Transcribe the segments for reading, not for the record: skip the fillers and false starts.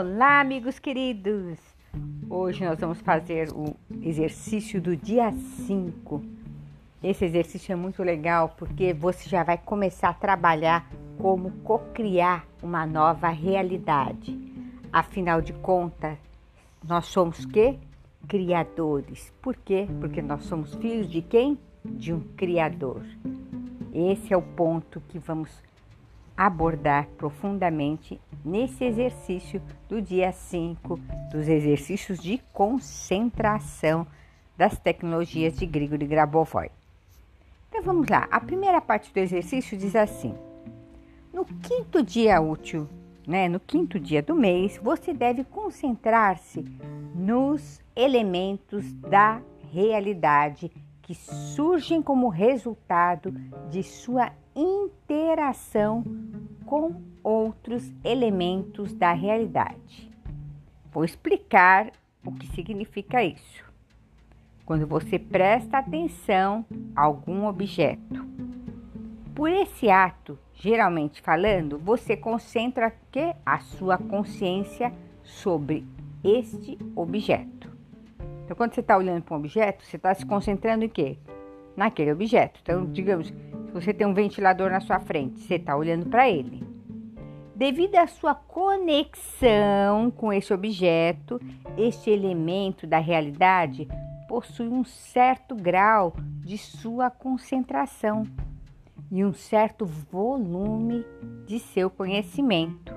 Olá, amigos queridos! Hoje nós vamos fazer o exercício do dia 5. Esse exercício é muito legal porque você já vai começar a trabalhar como co-criar uma nova realidade. Afinal de contas, nós somos quê? Criadores. Por quê? Porque nós somos filhos de quem? De um Criador. Esse é o ponto que vamos abordar profundamente nesse exercício do dia 5, dos exercícios de concentração das tecnologias de Grigori Grabovoi. Então vamos lá, a primeira parte do exercício diz assim: no quinto dia útil, no quinto dia do mês, você deve concentrar-se nos elementos da realidade que surgem como resultado de sua interação com outros elementos da realidade. Vou explicar o que significa isso. Quando você presta atenção a algum objeto. Por esse ato, geralmente falando, você concentra a sua consciência sobre este objeto. Então, quando você está olhando para um objeto, você está se concentrando em quê? Naquele objeto. Então, digamos, se você tem um ventilador na sua frente, você está olhando para ele. Devido à sua conexão com esse objeto, este elemento da realidade possui um certo grau de sua concentração e um certo volume de seu conhecimento.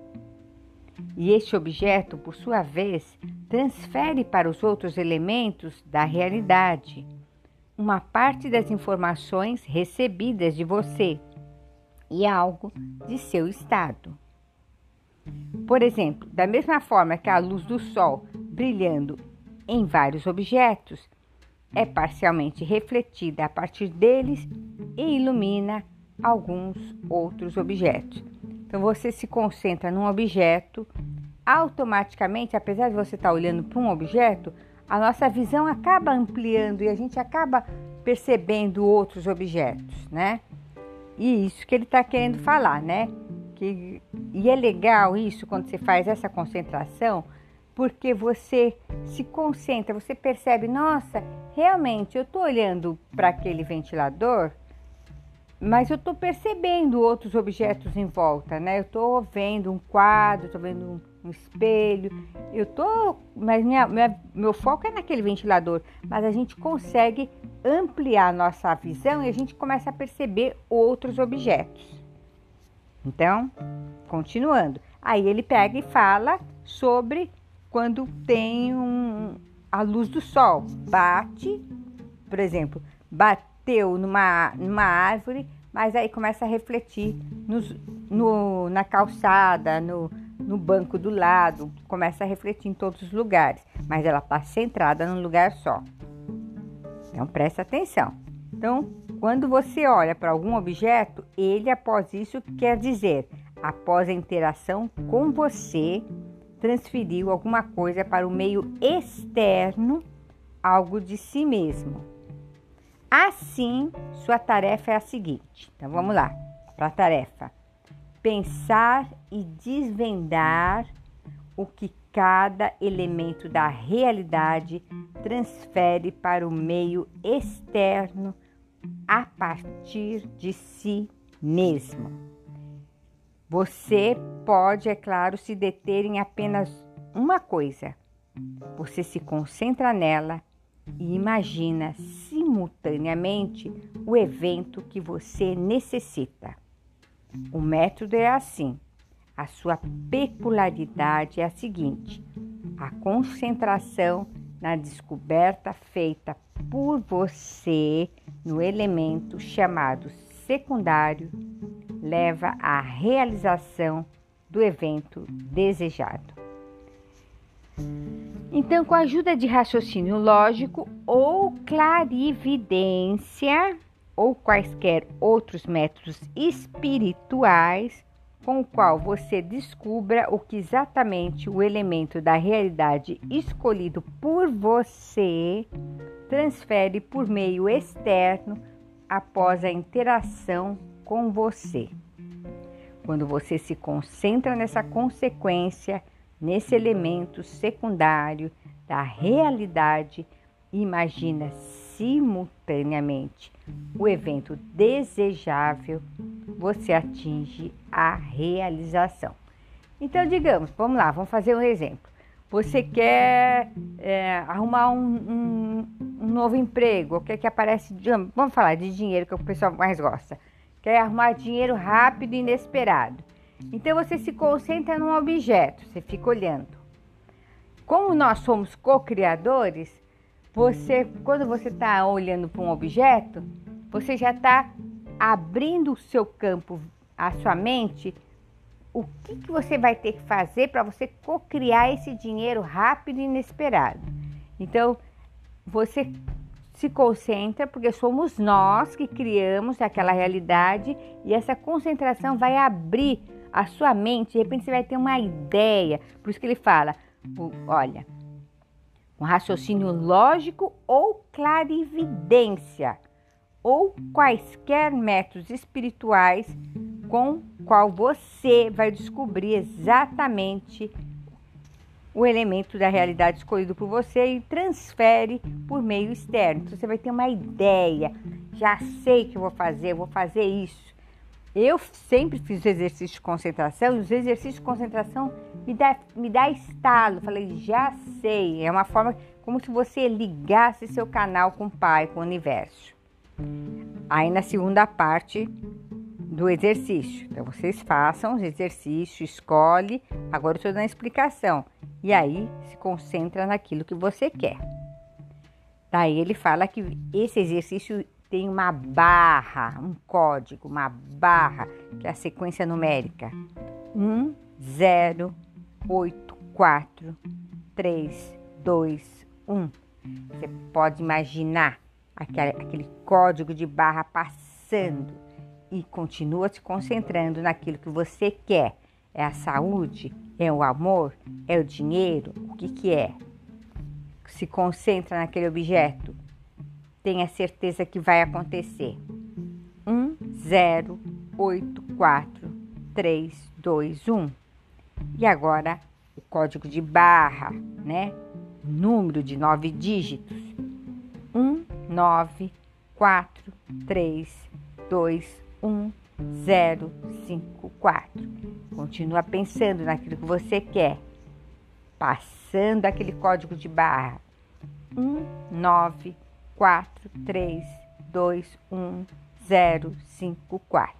E este objeto, por sua vez, transfere para os outros elementos da realidade uma parte das informações recebidas de você e algo de seu estado. Por exemplo, da mesma forma que a luz do sol brilhando em vários objetos é parcialmente refletida a partir deles e ilumina alguns outros objetos. Então você se concentra num objeto, automaticamente, apesar de você estar olhando para um objeto, a nossa visão acaba ampliando e a gente acaba percebendo outros objetos, né? E isso que ele está querendo falar, né? E é legal isso quando você faz essa concentração, porque você se concentra, você percebe, nossa, realmente eu estou olhando para aquele ventilador, mas eu estou percebendo outros objetos em volta, né? Eu estou vendo um quadro, estou vendo um espelho, mas meu foco é naquele ventilador, mas a gente consegue ampliar nossa visão e a gente começa a perceber outros objetos. Então, continuando, aí ele pega e fala sobre quando tem a luz do sol, bate, por exemplo, bateu numa árvore, mas aí começa a refletir na calçada, no banco do lado, começa a refletir em todos os lugares, mas ela está centrada num lugar só. Então, presta atenção. Então, quando você olha para algum objeto, ele, após isso, quer dizer, após a interação com você, transferiu alguma coisa para o meio externo, algo de si mesmo. Assim, sua tarefa é a seguinte. Então, vamos lá para a tarefa. Pensar e desvendar o que cada elemento da realidade transfere para o meio externo a partir de si mesmo. Você pode, é claro, se deter em apenas uma coisa. Você se concentra nela e imagina simultaneamente o evento que você necessita. O método é assim. A sua peculiaridade é a seguinte: a concentração na descoberta feita por você no elemento chamado secundário leva à realização do evento desejado. Então, com a ajuda de raciocínio lógico ou clarividência ou quaisquer outros métodos espirituais com o qual você descubra o que exatamente o elemento da realidade escolhido por você transfere por meio externo após a interação com você. Quando você se concentra nessa consequência, nesse elemento secundário da realidade, imagina simultaneamente o evento desejável, você atinge a realização. Então, digamos, vamos lá, vamos fazer um exemplo. Você quer arrumar um novo emprego, quer que aparece, vamos falar de dinheiro, que é o que o pessoal mais gosta. Quer arrumar dinheiro rápido e inesperado. Então, você se concentra num objeto, você fica olhando. Como nós somos co-criadores, quando você está olhando para um objeto, você já está abrindo o seu campo, a sua mente, o que você vai ter que fazer para você co-criar esse dinheiro rápido e inesperado. Então, você se concentra, porque somos nós que criamos aquela realidade e essa concentração vai abrir a sua mente, de repente você vai ter uma ideia. Por isso que ele fala, olha, um raciocínio lógico ou clarividência, ou quaisquer métodos espirituais com qual você vai descobrir exatamente o elemento da realidade escolhido por você e transfere por meio externo. Então, você vai ter uma ideia, já sei que eu vou fazer isso. Eu sempre fiz exercício de concentração e os exercícios de concentração me dá estalo. Falei, já sei, é uma forma como se você ligasse seu canal com o Pai, com o Universo. Aí na segunda parte do exercício, então vocês façam os exercícios, escolhe, agora eu estou dando a explicação, e aí se concentra naquilo que você quer. Daí ele fala que esse exercício tem uma barra, um código, uma barra, que é a sequência numérica 1, 0, 8, 4, 3, 2, 1. Você pode imaginar aquele código de barra passando e continua se concentrando naquilo que você quer. É a saúde? É o amor? É o dinheiro? O que é? Se concentra naquele objeto. Tenha certeza que vai acontecer. 1, 0, 8, 4, 3, 2, 1. E agora o código de barra, né? Número de 9 dígitos. 1, 9, 4, 3, 2, 1, 0, 5, 4. Continua pensando naquilo que você quer. Passando aquele código de barra. 1, 9, 4, 3, 2, 1, 0, 5, 4.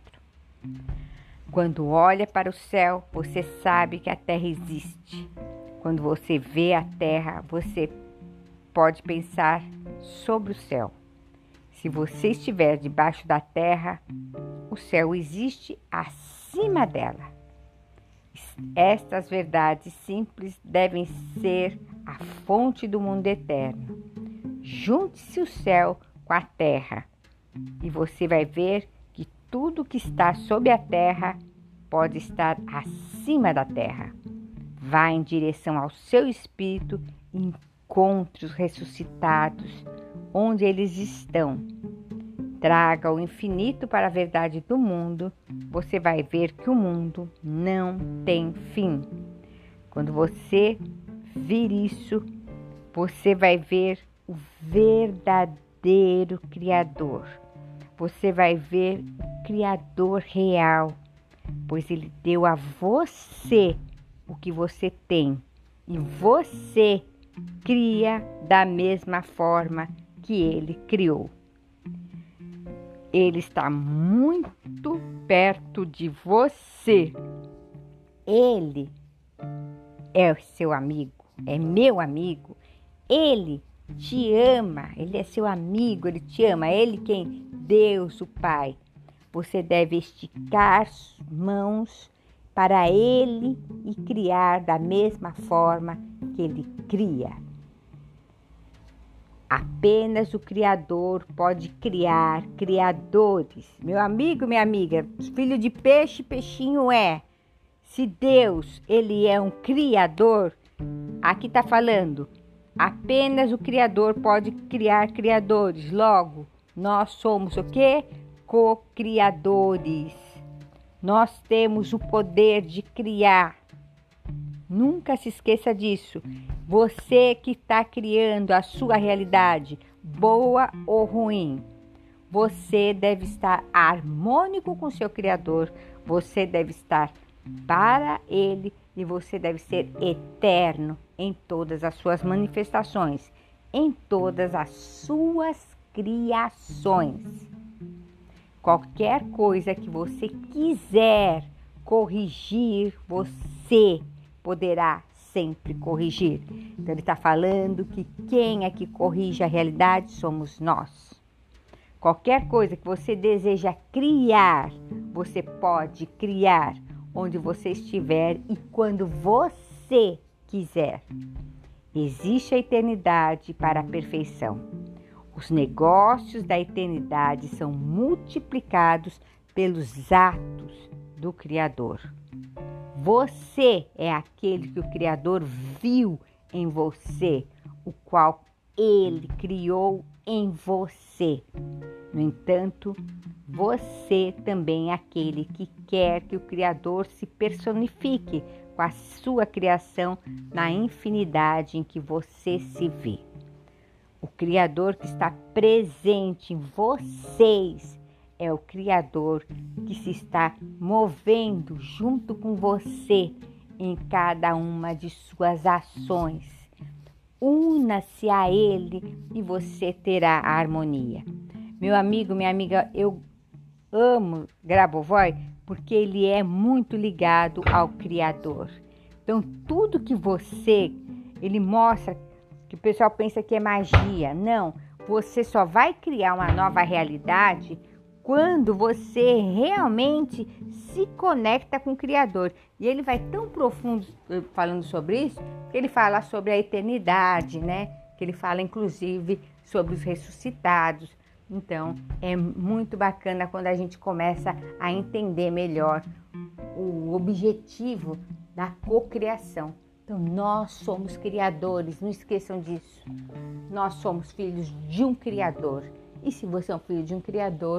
Quando olha para o céu, você sabe que a Terra existe. Quando você vê a Terra, você pode pensar sobre o céu. Se você estiver debaixo da Terra, o céu existe acima dela. Estas verdades simples devem ser a fonte do mundo eterno. Junte-se o céu com a terra e você vai ver que tudo que está sob a terra pode estar acima da terra. Vá em direção ao seu espírito e encontre os ressuscitados onde eles estão. Traga o infinito para a verdade do mundo, você vai ver que o mundo não tem fim. Quando você vir isso, você vai ver o verdadeiro Criador. Você vai ver o Criador real, pois Ele deu a você o que você tem. E você cria da mesma forma que Ele criou. Ele está muito perto de você. Ele é seu amigo, é meu amigo. Ele te ama, ele é seu amigo, ele te ama. Ele quem? Deus, o Pai. Você deve esticar as mãos para ele e criar da mesma forma que ele cria. Apenas o Criador pode criar criadores. Meu amigo, minha amiga, filho de peixe, peixinho é. Se Deus, ele é um criador, aqui está falando, apenas o Criador pode criar criadores. Logo, nós somos o quê? Co-criadores. Nós temos o poder de criar. Nunca se esqueça disso. Você que está criando a sua realidade, boa ou ruim, você deve estar harmônico com seu Criador, você deve estar para Ele e você deve ser eterno em todas as suas manifestações, em todas as suas criações. Qualquer coisa que você quiser corrigir, você poderá sempre corrigir. Então ele está falando que quem é que corrige a realidade somos nós. Qualquer coisa que você deseja criar, você pode criar onde você estiver e quando você quiser. Existe a eternidade para a perfeição. Os negócios da eternidade são multiplicados pelos atos do Criador. Você é aquele que o Criador viu em você, o qual Ele criou em você. No entanto, você também é aquele que quer que o Criador se personifique com a sua criação na infinidade em que você se vê. O Criador que está presente em vocês é o Criador que se está movendo junto com você em cada uma de suas ações. Una-se a Ele e você terá a harmonia. Meu amigo, minha amiga, eu amo Grabovoi porque ele é muito ligado ao Criador. Então, tudo que ele mostra, que o pessoal pensa que é magia. Não, você só vai criar uma nova realidade quando você realmente se conecta com o Criador. E ele vai tão profundo falando sobre isso, que ele fala sobre a eternidade, né? Que ele fala, inclusive, sobre os ressuscitados. Então, é muito bacana quando a gente começa a entender melhor o objetivo da cocriação. Então, nós somos criadores, não esqueçam disso. Nós somos filhos de um Criador. E se você é um filho de um Criador,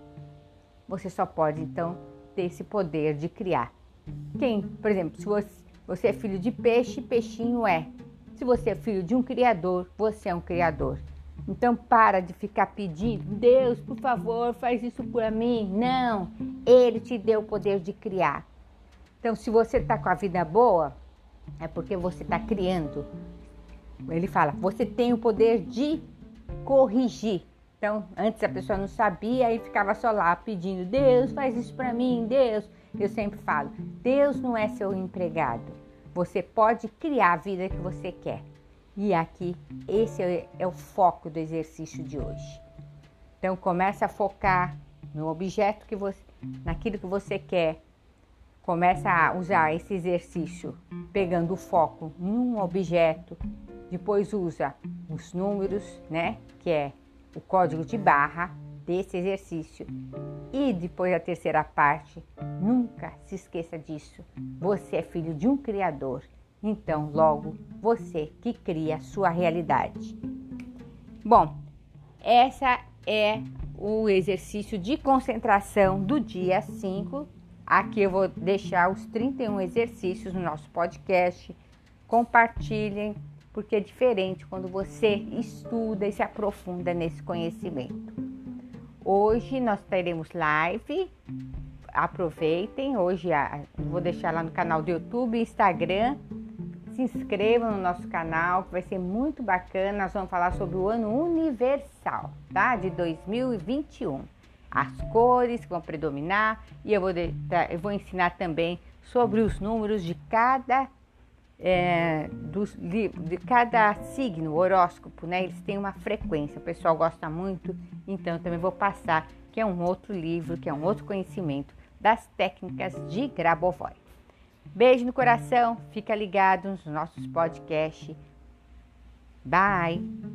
você só pode, então, ter esse poder de criar. Por exemplo, se você é filho de peixe, peixinho é. Se você é filho de um Criador, você é um Criador. Então, para de ficar pedindo, Deus, por favor, faz isso por mim. Não, Ele te deu o poder de criar. Então, se você está com a vida boa, é porque você está criando. Ele fala, você tem o poder de corrigir. Então, antes a pessoa não sabia e ficava só lá pedindo, Deus, faz isso para mim, Deus. Eu sempre falo, Deus não é seu empregado. Você pode criar a vida que você quer. E aqui, esse é o foco do exercício de hoje. Então, começa a focar no objeto naquilo que você quer. Começa a usar esse exercício, pegando o foco num objeto. Depois usa os números, né? Que é o código de barra desse exercício. E depois a terceira parte, nunca se esqueça disso. Você é filho de um Criador. Então, logo, você que cria a sua realidade. Bom, essa é o exercício de concentração do dia 5. Aqui eu vou deixar os 31 exercícios no nosso podcast. Compartilhem, porque é diferente quando você estuda e se aprofunda nesse conhecimento. Hoje nós teremos live. Aproveitem. Hoje vou deixar lá no canal do YouTube e Instagram. Se inscrevam no nosso canal, que vai ser muito bacana. Nós vamos falar sobre o ano universal, tá? De 2021. As cores que vão predominar. E eu vou ensinar também sobre os números de cada signo, horóscopo, né? Eles têm uma frequência. O pessoal gosta muito. Então, eu também vou passar, que é um outro livro, que é um outro conhecimento das técnicas de Grabovoi. Beijo no coração, fica ligado nos nossos podcasts. Bye!